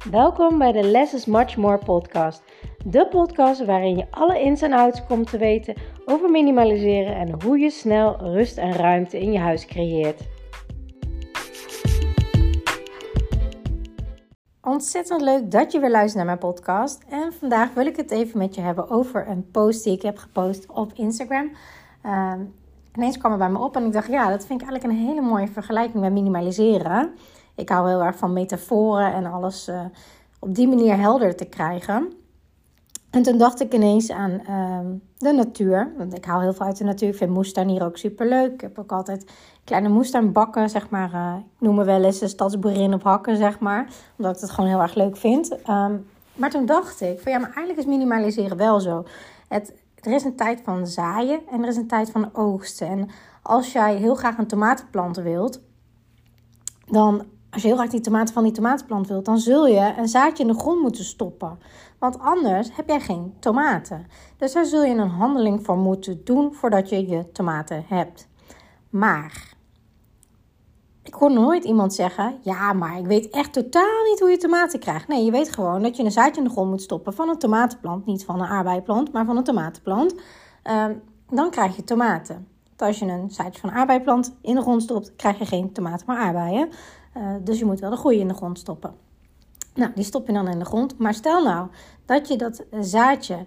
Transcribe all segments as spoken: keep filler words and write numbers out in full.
Welkom bij de Less is Much More podcast. De podcast waarin je alle ins en outs komt te weten over minimaliseren en hoe je snel rust en ruimte in je huis creëert. Ontzettend leuk dat je weer luistert naar mijn podcast. En vandaag wil ik het even met je hebben over een post die ik heb gepost op Instagram. Uh, ineens kwam het bij me op en ik dacht, ja, dat vind ik eigenlijk een hele mooie vergelijking met minimaliseren. Ik hou heel erg van metaforen en alles uh, op die manier helder te krijgen. En toen dacht ik ineens aan uh, de natuur. Want ik hou heel veel uit de natuur. Ik vind moestuin ook superleuk. Ik heb ook altijd kleine moestuinbakken, zeg maar. Uh, ik noem me wel eens een stadsboerin op hakken, zeg maar. Omdat ik het gewoon heel erg leuk vind. Um, maar toen dacht ik, van ja, maar eigenlijk is minimaliseren wel zo. Het, er is een tijd van zaaien en er is een tijd van oogsten. En als jij heel graag een tomatenplant wilt, dan... Als je heel graag die tomaten van die tomatenplant wilt, dan zul je een zaadje in de grond moeten stoppen. Want anders heb jij geen tomaten. Dus daar zul je een handeling voor moeten doen voordat je je tomaten hebt. Maar ik hoor nooit iemand zeggen, ja, maar ik weet echt totaal niet hoe je tomaten krijgt. Nee, je weet gewoon dat je een zaadje in de grond moet stoppen van een tomatenplant. Niet van een aardbeienplant, maar van een tomatenplant. Um, dan krijg je tomaten. Want als je een zaadje van een aardbeienplant in de grond stopt, krijg je geen tomaten, maar aardbeien. Uh, dus je moet wel de goede in de grond stoppen. Nou, die stop je dan in de grond. Maar stel nou dat je dat zaadje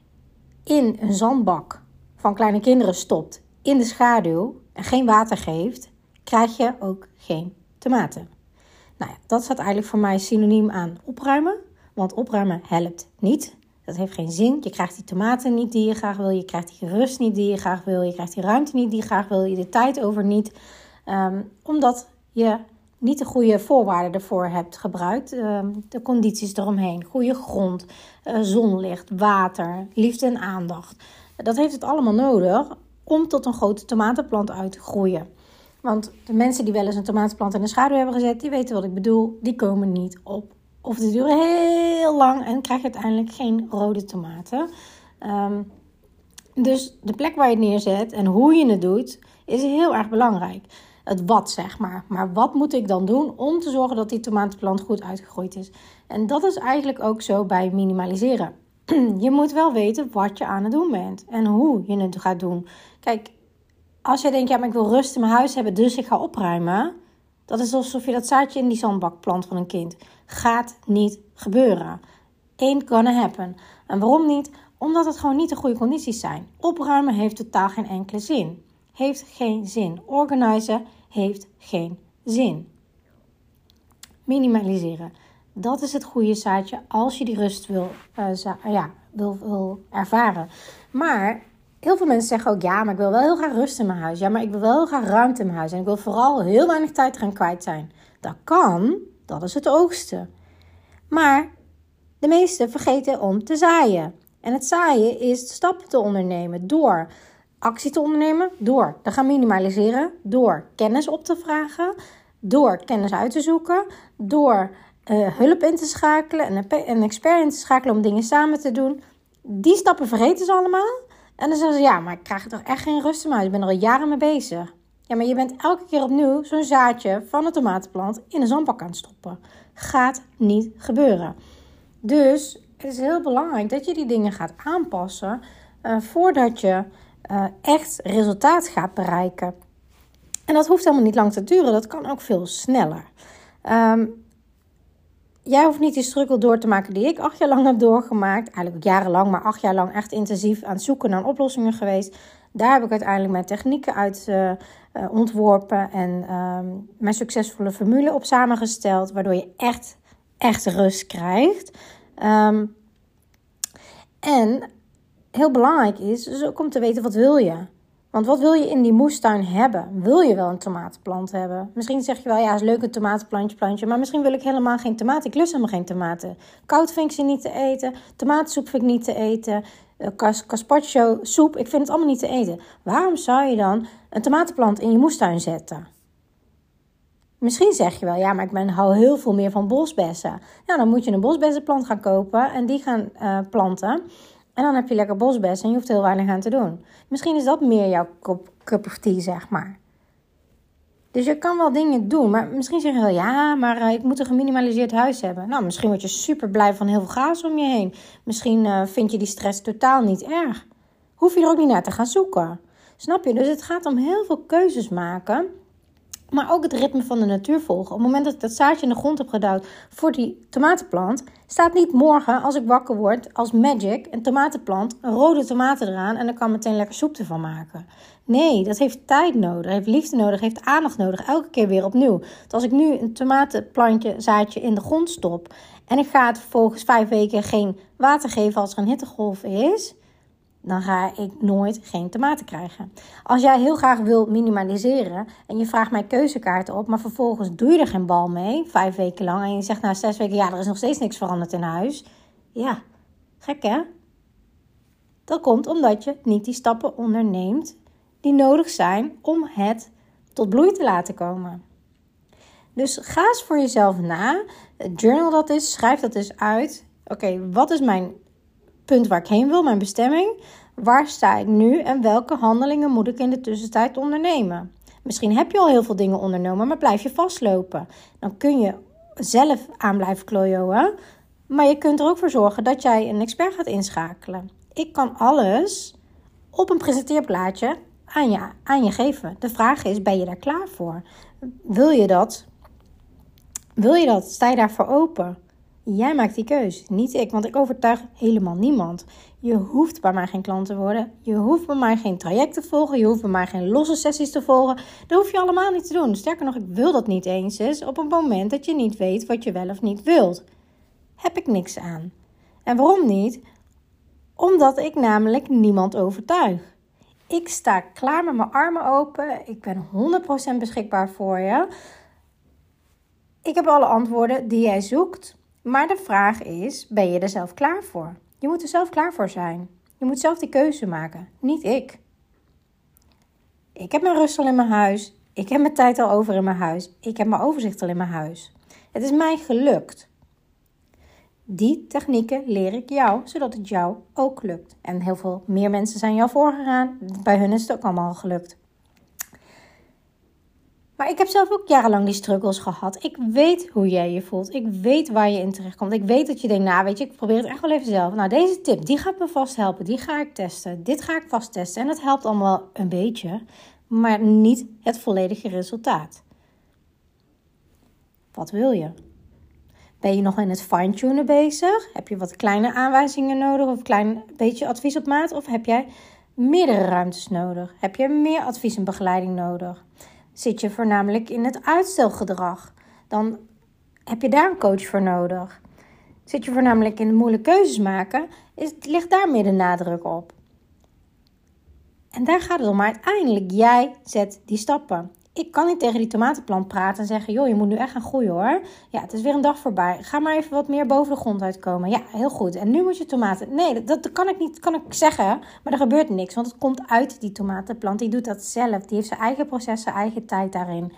in een zandbak van kleine kinderen stopt, in de schaduw en geen water geeft, krijg je ook geen tomaten. Nou ja, dat staat eigenlijk voor mij synoniem aan opruimen. Want opruimen helpt niet. Dat heeft geen zin. Je krijgt die tomaten niet die je graag wil. Je krijgt die rust niet die je graag wil. Je krijgt die ruimte niet die je graag wil. Je de tijd over niet. Um, omdat je niet de goede voorwaarden ervoor hebt gebruikt. Uh, de condities eromheen. Goede grond, uh, zonlicht, water, liefde en aandacht. Dat heeft het allemaal nodig om tot een grote tomatenplant uit te groeien. Want de mensen die wel eens een tomatenplant in de schaduw hebben gezet, die weten wat ik bedoel. Die komen niet op. Of die duren heel lang en krijg je uiteindelijk geen rode tomaten. Um, dus de plek waar je het neerzet en hoe je het doet, is heel erg belangrijk. Het wat, zeg maar. Maar wat moet ik dan doen om te zorgen dat die tomatenplant goed uitgegroeid is? En dat is eigenlijk ook zo bij minimaliseren. Je moet wel weten wat je aan het doen bent en hoe je het gaat doen. Kijk, als jij denkt, ja, maar ik wil rust in mijn huis hebben, dus ik ga opruimen. Dat is alsof je dat zaadje in die zandbak plant van een kind. Gaat niet gebeuren. Ain't gonna happen. En waarom niet? Omdat het gewoon niet de goede condities zijn. Opruimen heeft totaal geen enkele zin. Heeft geen zin. Organiseren heeft geen zin. Minimaliseren. Dat is het goede zaadje als je die rust wil, uh, za- ja, wil, wil ervaren. Maar heel veel mensen zeggen ook, ja, maar ik wil wel heel graag rust in mijn huis. Ja, maar ik wil wel heel graag ruimte in mijn huis. En ik wil vooral heel weinig tijd eraan kwijt zijn. Dat kan, dat is het oogsten. Maar de meesten vergeten om te zaaien. En het zaaien is stappen te ondernemen door actie te ondernemen, door te gaan minimaliseren, door kennis op te vragen, door kennis uit te zoeken, door uh, hulp in te schakelen en een, een expert in te schakelen om dingen samen te doen. Die stappen vergeten ze allemaal. En dan zeggen ze, ja, maar ik krijg toch echt geen rust in mijn huis. Ik ben er al jaren mee bezig. Ja, maar je bent elke keer opnieuw zo'n zaadje van een tomatenplant in een zandbak aan het stoppen. Gaat niet gebeuren. Dus het is heel belangrijk dat je die dingen gaat aanpassen uh, voordat je uh, echt resultaat gaat bereiken. En dat hoeft helemaal niet lang te duren. Dat kan ook veel sneller. Um, Jij hoeft niet die struggle door te maken die ik acht jaar lang heb doorgemaakt. Eigenlijk ook jarenlang, maar acht jaar lang echt intensief aan het zoeken naar oplossingen geweest. Daar heb ik uiteindelijk mijn technieken uit uh, uh, ontworpen en um, mijn succesvolle formule op samengesteld. Waardoor je echt, echt rust krijgt. Um, en heel belangrijk is dus ook om te weten, wat wil je? Want wat wil je in die moestuin hebben? Wil je wel een tomatenplant hebben? Misschien zeg je wel, ja, is leuk een tomatenplantje, plantje. Maar misschien wil ik helemaal geen tomaten. Ik lust helemaal geen tomaten. Koud vind ik ze niet te eten. Tomatensoep vind ik niet te eten. Uh, cas- Carpaccio soep, ik vind het allemaal niet te eten. Waarom zou je dan een tomatenplant in je moestuin zetten? Misschien zeg je wel, ja, maar ik ben, hou heel veel meer van bosbessen. Ja, dan moet je een bosbessenplant gaan kopen en die gaan uh, planten. En dan heb je lekker bosbessen en je hoeft heel weinig aan te doen. Misschien is dat meer jouw cup, cup of tea, zeg maar. Dus je kan wel dingen doen, maar misschien zeg je wel, ja, maar uh, ik moet een geminimaliseerd huis hebben. Nou, misschien word je super blij van heel veel chaos om je heen. Misschien uh, vind je die stress totaal niet erg. Hoef je er ook niet naar te gaan zoeken. Snap je? Dus het gaat om heel veel keuzes maken. Maar ook het ritme van de natuur volgen. Op het moment dat ik dat zaadje in de grond heb gedouwd voor die tomatenplant, staat niet morgen als ik wakker word als magic een tomatenplant, een rode tomaten eraan en dan kan meteen lekker soep ervan maken. Nee, dat heeft tijd nodig, heeft liefde nodig, heeft aandacht nodig, elke keer weer opnieuw. Dus als ik nu een tomatenplantje, zaadje in de grond stop en ik ga het vervolgens vijf weken geen water geven als er een hittegolf is, dan ga ik nooit geen tomaten krijgen. Als jij heel graag wil minimaliseren en je vraagt mij keuzekaarten op, maar vervolgens doe je er geen bal mee, vijf weken lang, en je zegt na zes weken, ja, er is nog steeds niks veranderd in huis. Ja, gek hè? Dat komt omdat je niet die stappen onderneemt die nodig zijn om het tot bloei te laten komen. Dus ga eens voor jezelf na, journal dat eens, schrijf dat eens uit. Oké, okay, wat is mijn punt waar ik heen wil, mijn bestemming? Waar sta ik nu en welke handelingen moet ik in de tussentijd ondernemen? Misschien heb je al heel veel dingen ondernomen, maar blijf je vastlopen. Dan kun je zelf aan blijven klojoen, maar je kunt er ook voor zorgen dat jij een expert gaat inschakelen. Ik kan alles op een presenteerblaadje aan je, aan je geven. De vraag is, ben je daar klaar voor? Wil je dat? Wil je dat? Sta je daarvoor open? Jij maakt die keus, niet ik, want ik overtuig helemaal niemand. Je hoeft bij mij geen klant te worden. Je hoeft bij mij geen traject te volgen. Je hoeft bij mij geen losse sessies te volgen. Dat hoef je allemaal niet te doen. Sterker nog, ik wil dat niet eens eens op een moment dat je niet weet wat je wel of niet wilt. Heb ik niks aan. En waarom niet? Omdat ik namelijk niemand overtuig. Ik sta klaar met mijn armen open. Ik ben honderd procent beschikbaar voor je. Ik heb alle antwoorden die jij zoekt. Maar de vraag is, ben je er zelf klaar voor? Je moet er zelf klaar voor zijn. Je moet zelf die keuze maken, niet ik. Ik heb mijn rust al in mijn huis. Ik heb mijn tijd al over in mijn huis. Ik heb mijn overzicht al in mijn huis. Het is mij gelukt. Die technieken leer ik jou, zodat het jou ook lukt. En heel veel meer mensen zijn jou voorgegaan. Bij hun is het ook allemaal gelukt. Maar ik heb zelf ook jarenlang die struggles gehad. Ik weet hoe jij je voelt. Ik weet waar je in terecht komt. Ik weet dat je denkt, nou weet je, ik probeer het echt wel even zelf. Nou, deze tip, die gaat me vast helpen. Die ga ik testen. Dit ga ik vast testen. En dat helpt allemaal een beetje. Maar niet het volledige resultaat. Wat wil je? Ben je nog in het fine-tunen bezig? Heb je wat kleine aanwijzingen nodig? Of een klein beetje advies op maat? Of heb jij meerdere ruimtes nodig? Heb je meer advies en begeleiding nodig? Zit je voornamelijk in het uitstelgedrag? Dan heb je daar een coach voor nodig. Zit je voornamelijk in de moeilijke keuzes maken? Is, ligt daar meer de nadruk op? En daar gaat het om. Maar uiteindelijk, jij zet die stappen. Ik kan niet tegen die tomatenplant praten en zeggen, joh, je moet nu echt gaan groeien hoor. Ja, het is weer een dag voorbij. Ga maar even wat meer boven de grond uitkomen. Ja, heel goed. En nu moet je tomaten... Nee, dat, dat kan ik niet kan ik zeggen, maar er gebeurt niks. Want het komt uit die tomatenplant. Die doet dat zelf. Die heeft zijn eigen proces, zijn eigen tijd daarin.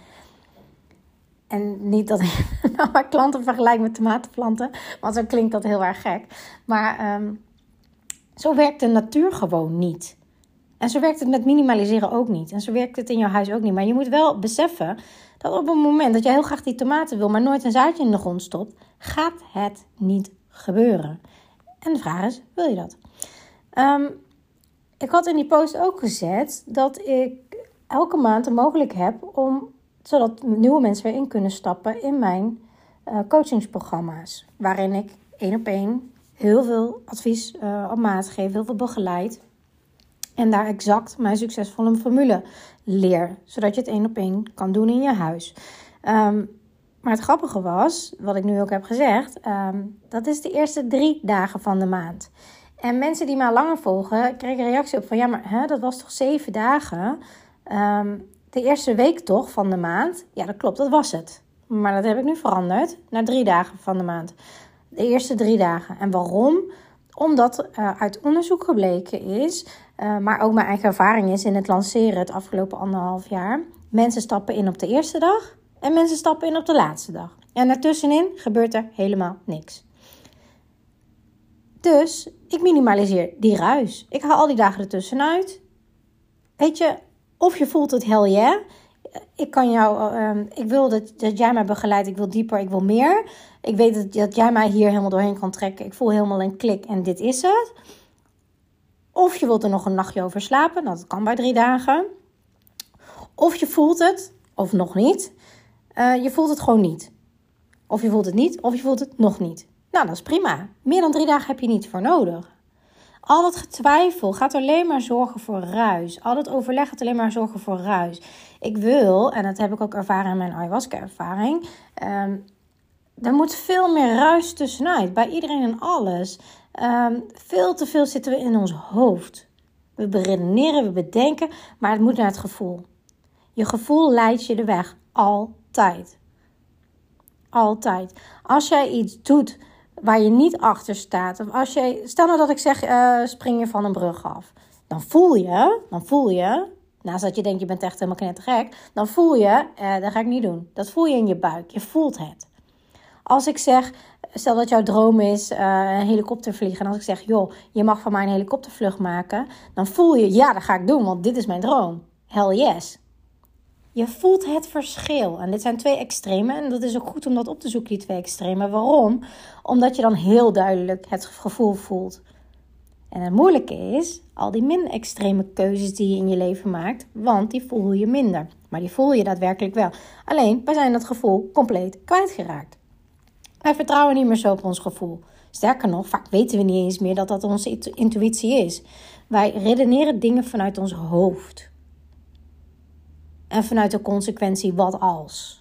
En niet dat ik nou maar klanten vergelijk met tomatenplanten. Want zo klinkt dat heel erg gek. Maar um, zo werkt de natuur gewoon niet. En zo werkt het met minimaliseren ook niet. En zo werkt het in jouw huis ook niet. Maar je moet wel beseffen dat op het moment dat je heel graag die tomaten wil, maar nooit een zaadje in de grond stopt, gaat het niet gebeuren. En de vraag is, wil je dat? Um, ik had in die post ook gezet dat ik elke maand de mogelijkheid heb om, zodat nieuwe mensen weer in kunnen stappen in mijn uh, coachingsprogramma's. Waarin ik één op één heel veel advies uh, op maat geef, heel veel begeleid. En daar exact mijn succesvolle formule leer. Zodat je het één op één kan doen in je huis. Um, maar het grappige was, wat ik nu ook heb gezegd. Um, dat is de eerste drie dagen van de maand. En mensen die mij al langer volgen, kregen een reactie op van, ja, maar hè, dat was toch zeven dagen? Um, de eerste week toch van de maand? Ja, dat klopt, dat was het. Maar dat heb ik nu veranderd naar drie dagen van de maand. De eerste drie dagen. En waarom? Omdat uh, uit onderzoek gebleken is, uh, maar ook mijn eigen ervaring is in het lanceren het afgelopen anderhalf jaar. Mensen stappen in op de eerste dag en mensen stappen in op de laatste dag. En daartussenin gebeurt er helemaal niks. Dus ik minimaliseer die ruis. Ik haal al die dagen ertussenuit. Weet je, of je voelt het hell yeah. Ik kan jou, uh, ik wil dat, dat jij mij begeleidt. Ik wil dieper, ik wil meer. Ik weet dat, dat jij mij hier helemaal doorheen kan trekken. Ik voel helemaal een klik en dit is het. Of je wilt er nog een nachtje over slapen. Dat kan bij drie dagen. Of je voelt het, of nog niet. Uh, je voelt het gewoon niet. Of je voelt het niet, of je voelt het nog niet. Nou, dat is prima. Meer dan drie dagen heb je niet voor nodig. Al dat getwijfel gaat alleen maar zorgen voor ruis. Al dat overleg gaat alleen maar zorgen voor ruis. Ik wil, en dat heb ik ook ervaren in mijn ayahuasca-ervaring. Um, er moet veel meer ruis tussenuit. Bij iedereen en alles. Um, veel te veel zitten we in ons hoofd. We beredeneren, we bedenken, maar het moet naar het gevoel. Je gevoel leidt je de weg. Altijd. Altijd. Als jij iets doet waar je niet achter staat. Of als jij, stel nou dat ik zeg, uh, spring je van een brug af. Dan voel je, dan voel je, naast dat je denkt je bent echt helemaal knettergek. Dan voel je, uh, dat ga ik niet doen. Dat voel je in je buik. Je voelt het. Als ik zeg, stel dat jouw droom is uh, een helikopter vliegen. En als ik zeg, joh, je mag van mij een helikoptervlucht maken. Dan voel je, ja, dat ga ik doen, want dit is mijn droom. Hell yes. Je voelt het verschil. En dit zijn twee extremen. En dat is ook goed om dat op te zoeken, die twee extremen. Waarom? Omdat je dan heel duidelijk het gevoel voelt. En het moeilijke is, al die minder extreme keuzes die je in je leven maakt. Want die voel je minder. Maar die voel je daadwerkelijk wel. Alleen, wij zijn dat gevoel compleet kwijtgeraakt. Wij vertrouwen niet meer zo op ons gevoel. Sterker nog, vaak weten we niet eens meer dat dat onze intuïtie is. Wij redeneren dingen vanuit ons hoofd. En vanuit de consequentie wat als.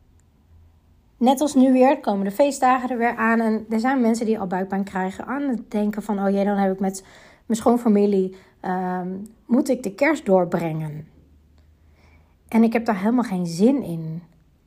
Net als nu weer, komen de feestdagen er weer aan. En er zijn mensen die al buikpijn krijgen aan het denken van... oh jee, dan heb ik met mijn schoonfamilie... Uh, moet ik de kerst doorbrengen? En ik heb daar helemaal geen zin in.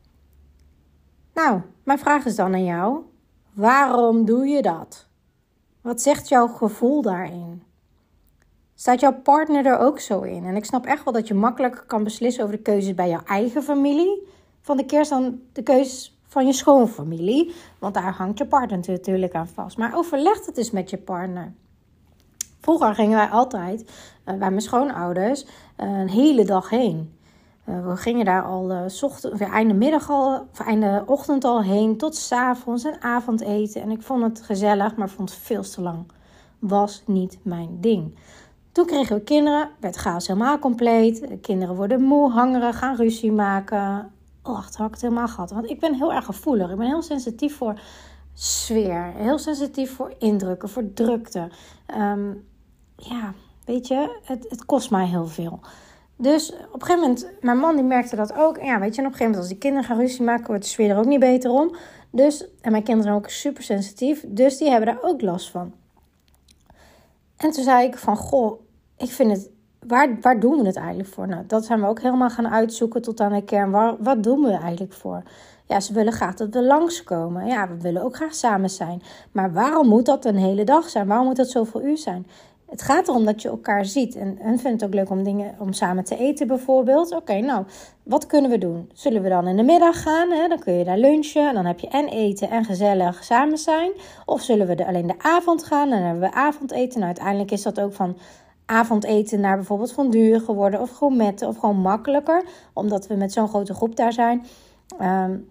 Nou, mijn vraag is dan aan jou. Waarom doe je dat? Wat zegt jouw gevoel daarin? Staat jouw partner er ook zo in? En ik snap echt wel dat je makkelijker kan beslissen over de keuzes bij jouw eigen familie... van de kerst dan de keuzes van je schoonfamilie. Want daar hangt je partner natuurlijk aan vast. Maar overleg het eens met je partner. Vroeger gingen wij altijd, uh, bij mijn schoonouders, uh, een hele dag heen. Uh, we gingen daar al uh, ochtend, of einde middag al, of einde ochtend al heen, tot 's avonds en avondeten. En ik vond het gezellig, maar vond het veel te lang. Was niet mijn ding. Toen kregen we kinderen, werd chaos helemaal compleet. De kinderen worden moe, hangerig, gaan ruzie maken. Oh, dat had ik het helemaal gehad. Want ik ben heel erg gevoelig. Ik ben heel sensitief voor sfeer. Heel sensitief voor indrukken, voor drukte. Um, ja, weet je, het, het kost mij heel veel. Dus op een gegeven moment, mijn man die merkte dat ook. En ja, weet je, en op een gegeven moment als die kinderen gaan ruzie maken, wordt de sfeer er ook niet beter om. Dus, en mijn kinderen zijn ook super sensitief. Dus die hebben daar ook last van. En toen zei ik van, goh, ik vind het, waar, waar doen we het eigenlijk voor? Nou, dat zijn we ook helemaal gaan uitzoeken tot aan de kern. Waar, wat doen we eigenlijk voor? Ja, ze willen graag dat we langskomen. Ja, we willen ook graag samen zijn. Maar waarom moet dat een hele dag zijn? Waarom moet dat zoveel uur zijn? Het gaat erom dat je elkaar ziet. En hun vinden het ook leuk om dingen om samen te eten bijvoorbeeld. Oké, okay, nou, wat kunnen we doen? Zullen we dan in de middag gaan? Hè? Dan kun je daar lunchen. En dan heb je en eten en gezellig samen zijn. Of zullen we de, alleen de avond gaan? En dan hebben we avondeten. Nou, uiteindelijk is dat ook van avondeten naar bijvoorbeeld fondue geworden. Of gourmetten. Of gewoon makkelijker. Omdat we met zo'n grote groep daar zijn. Um,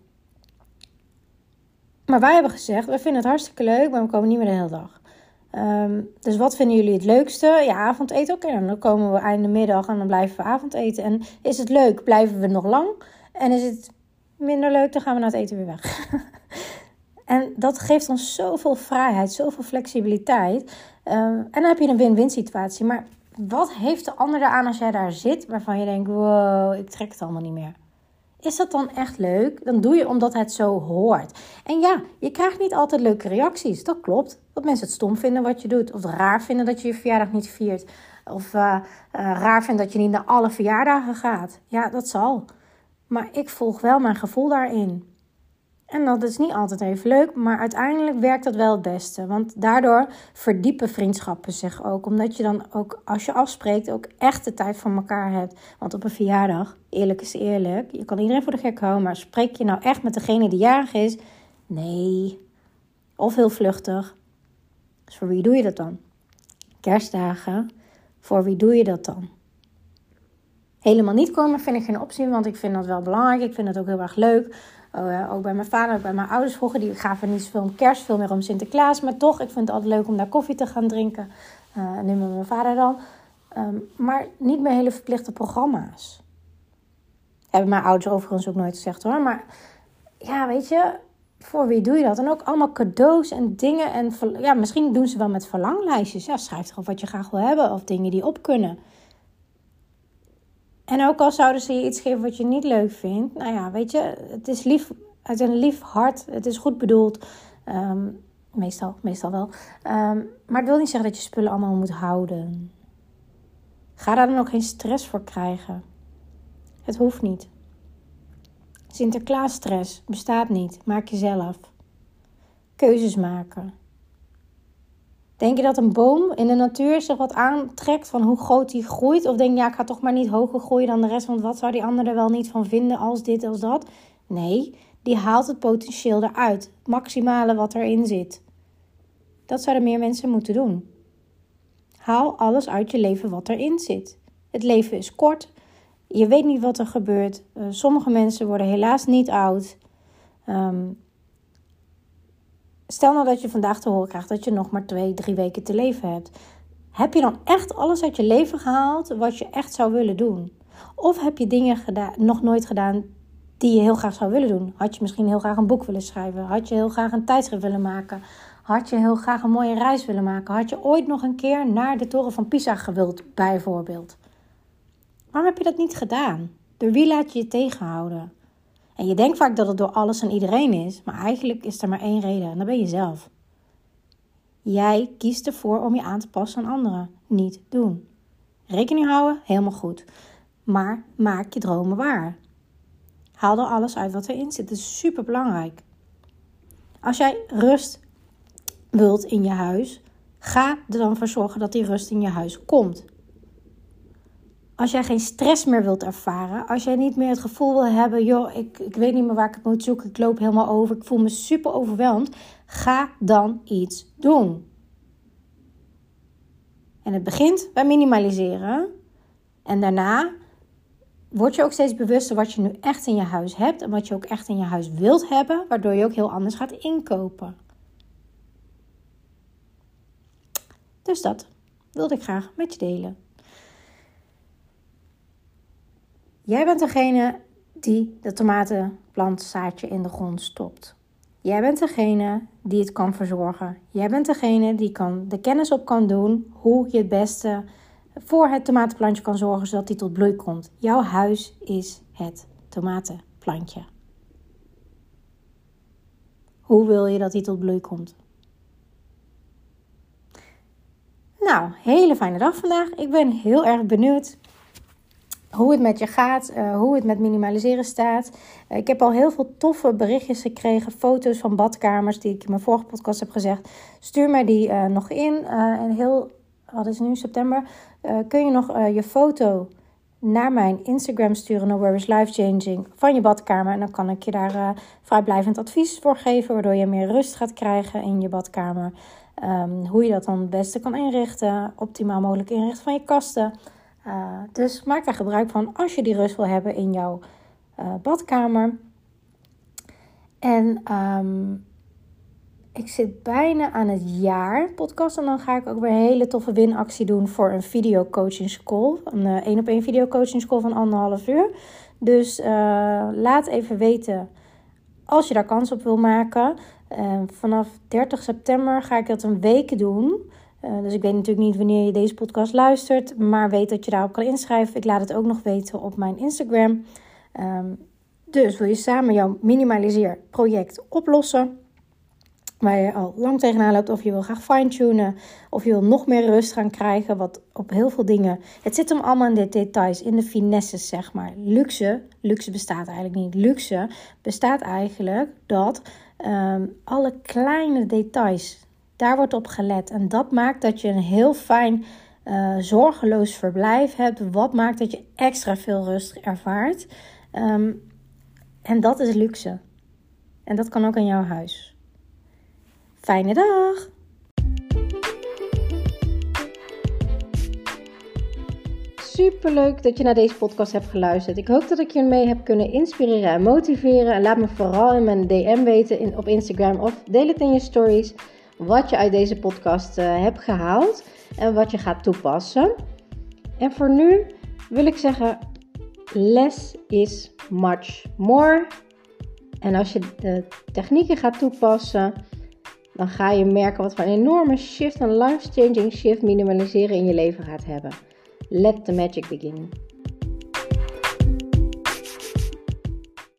maar wij hebben gezegd, we vinden het hartstikke leuk. Maar we komen niet meer de hele dag. Um, dus wat vinden jullie het leukste? Ja, avondeten. Oké, okay, dan komen we einde middag en dan blijven we avondeten. En is het leuk, blijven we nog lang. En is het minder leuk, dan gaan we na het eten weer weg. En dat geeft ons zoveel vrijheid, zoveel flexibiliteit. Um, en dan heb je een win-win situatie. Maar wat heeft de ander eraan als jij daar zit, waarvan je denkt, wow, ik trek het allemaal niet meer? Is dat dan echt leuk? Dan doe je omdat het zo hoort. En ja, je krijgt niet altijd leuke reacties. Dat klopt. Dat mensen het stom vinden wat je doet. Of het raar vinden dat je je verjaardag niet viert. Of uh, uh, raar vinden dat je niet naar alle verjaardagen gaat. Ja, dat zal. Maar ik volg wel mijn gevoel daarin. En dat is niet altijd even leuk, maar uiteindelijk werkt dat wel het beste. Want daardoor verdiepen vriendschappen zich ook. Omdat je dan ook, als je afspreekt, ook echt de tijd van elkaar hebt. Want op een verjaardag, eerlijk is eerlijk, je kan iedereen voor de gek houden, maar spreek je nou echt met degene die jarig is? Nee. Of heel vluchtig. Dus voor wie doe je dat dan? Kerstdagen, voor wie doe je dat dan? Helemaal niet komen vind ik geen optie, want ik vind dat wel belangrijk. Ik vind dat ook heel erg leuk. Uh, ook bij mijn vader, ook bij mijn ouders vroeger. Die gaven niet zoveel om kerst, veel meer om Sinterklaas. Maar toch, ik vind het altijd leuk om daar koffie te gaan drinken. Uh, nu met mijn vader dan. Um, maar niet meer hele verplichte programma's. Hebben mijn ouders overigens ook nooit gezegd hoor. Maar ja, weet je, voor wie doe je dat? En ook allemaal cadeaus en dingen. En ja, misschien doen ze wel met verlanglijstjes. Ja, schrijf erop wat je graag wil hebben. Of dingen die op kunnen. En ook al zouden ze je iets geven wat je niet leuk vindt. Nou ja, weet je, het is lief, uit een lief hart. Het is goed bedoeld. Um, meestal, meestal wel. Um, maar het wil niet zeggen dat je spullen allemaal moet houden. Ga daar dan ook geen stress voor krijgen. Het hoeft niet. Sinterklaasstress bestaat niet. Maak jezelf. Keuzes maken. Denk je dat een boom in de natuur zich wat aantrekt van hoe groot die groeit? Of denk je, ja, ik ga toch maar niet hoger groeien dan de rest, want wat zou die ander er wel niet van vinden als dit, als dat? Nee, die haalt het potentieel eruit. Het maximale wat erin zit. Dat zouden meer mensen moeten doen. Haal alles uit je leven wat erin zit. Het leven is kort. Je weet niet wat er gebeurt. Uh, sommige mensen worden helaas niet oud. Um, Stel nou dat je vandaag te horen krijgt dat je nog maar twee, drie weken te leven hebt. Heb je dan echt alles uit je leven gehaald wat je echt zou willen doen? Of heb je dingen gedaan, nog nooit gedaan die je heel graag zou willen doen? Had je misschien heel graag een boek willen schrijven? Had je heel graag een tijdschrift willen maken? Had je heel graag een mooie reis willen maken? Had je ooit nog een keer naar de toren van Pisa gewild, bijvoorbeeld? Waarom heb je dat niet gedaan? Door wie laat je je tegenhouden? En je denkt vaak dat het door alles en iedereen is. Maar eigenlijk is er maar één reden. En dat ben je zelf. Jij kiest ervoor om je aan te passen aan anderen. Niet doen. Rekening houden, helemaal goed. Maar maak je dromen waar. Haal er alles uit wat erin zit. Dat is super belangrijk. Als jij rust wilt in je huis, ga er dan voor zorgen dat die rust in je huis komt. Als jij geen stress meer wilt ervaren, als jij niet meer het gevoel wil hebben, joh, ik, ik weet niet meer waar ik het moet zoeken, ik loop helemaal over, ik voel me super overweldigd, ga dan iets doen. En het begint bij minimaliseren. En daarna word je ook steeds bewuster wat je nu echt in je huis hebt en wat je ook echt in je huis wilt hebben, waardoor je ook heel anders gaat inkopen. Dus dat wilde ik graag met je delen. Jij bent degene die de tomatenplantzaadje in de grond stopt. Jij bent degene die het kan verzorgen. Jij bent degene die kan, de kennis op kan doen hoe je het beste voor het tomatenplantje kan zorgen zodat die tot bloei komt. Jouw huis is het tomatenplantje. Hoe wil je dat die tot bloei komt? Nou, hele fijne dag vandaag. Ik ben heel erg benieuwd hoe het met je gaat, uh, hoe het met minimaliseren staat. Uh, ik heb al heel veel toffe berichtjes gekregen, foto's van badkamers die ik in mijn vorige podcast heb gezegd. Stuur mij die uh, nog in. Uh, en heel, wat is het nu, september, uh, kun je nog uh, je foto naar mijn Instagram sturen, No Worries Life Changing, van je badkamer. En dan kan ik je daar uh, vrijblijvend advies voor geven, waardoor je meer rust gaat krijgen in je badkamer. Um, hoe je dat dan het beste kan inrichten, optimaal mogelijk inrichten van je kasten. Uh, dus maak daar gebruik van als je die rust wil hebben in jouw uh, badkamer. En um, ik zit bijna aan het jaar podcast. En dan ga ik ook weer een hele toffe winactie doen voor een video coaching school. Een uh, één op één video coaching school van anderhalf uur. Dus uh, laat even weten als je daar kans op wil maken. Uh, vanaf dertig september ga ik dat een week doen. Uh, dus ik weet natuurlijk niet wanneer je deze podcast luistert. Maar weet dat je daarop kan inschrijven. Ik laat het ook nog weten op mijn Instagram. Um, dus wil je samen jouw minimaliseerproject oplossen, waar je al lang tegenaan loopt, of je wil graag fine-tunen, of je wil nog meer rust gaan krijgen, wat op heel veel dingen. Het zit hem allemaal in de details, in de finesses, zeg maar. Luxe, luxe bestaat eigenlijk niet. Luxe bestaat eigenlijk dat um, alle kleine details, daar wordt op gelet. En dat maakt dat je een heel fijn, uh, zorgeloos verblijf hebt. Wat maakt dat je extra veel rust ervaart. Um, en dat is luxe. En dat kan ook in jouw huis. Fijne dag! super leuk dat je naar deze podcast hebt geluisterd. Ik hoop dat ik je mee heb kunnen inspireren en motiveren. En laat me vooral in mijn D M weten in, op Instagram of deel het in je stories wat je uit deze podcast uh, hebt gehaald en wat je gaat toepassen. En voor nu wil ik zeggen, less is much more. En als je de technieken gaat toepassen, dan ga je merken wat voor een enorme shift, een life-changing shift minimaliseren in je leven gaat hebben. Let the magic begin.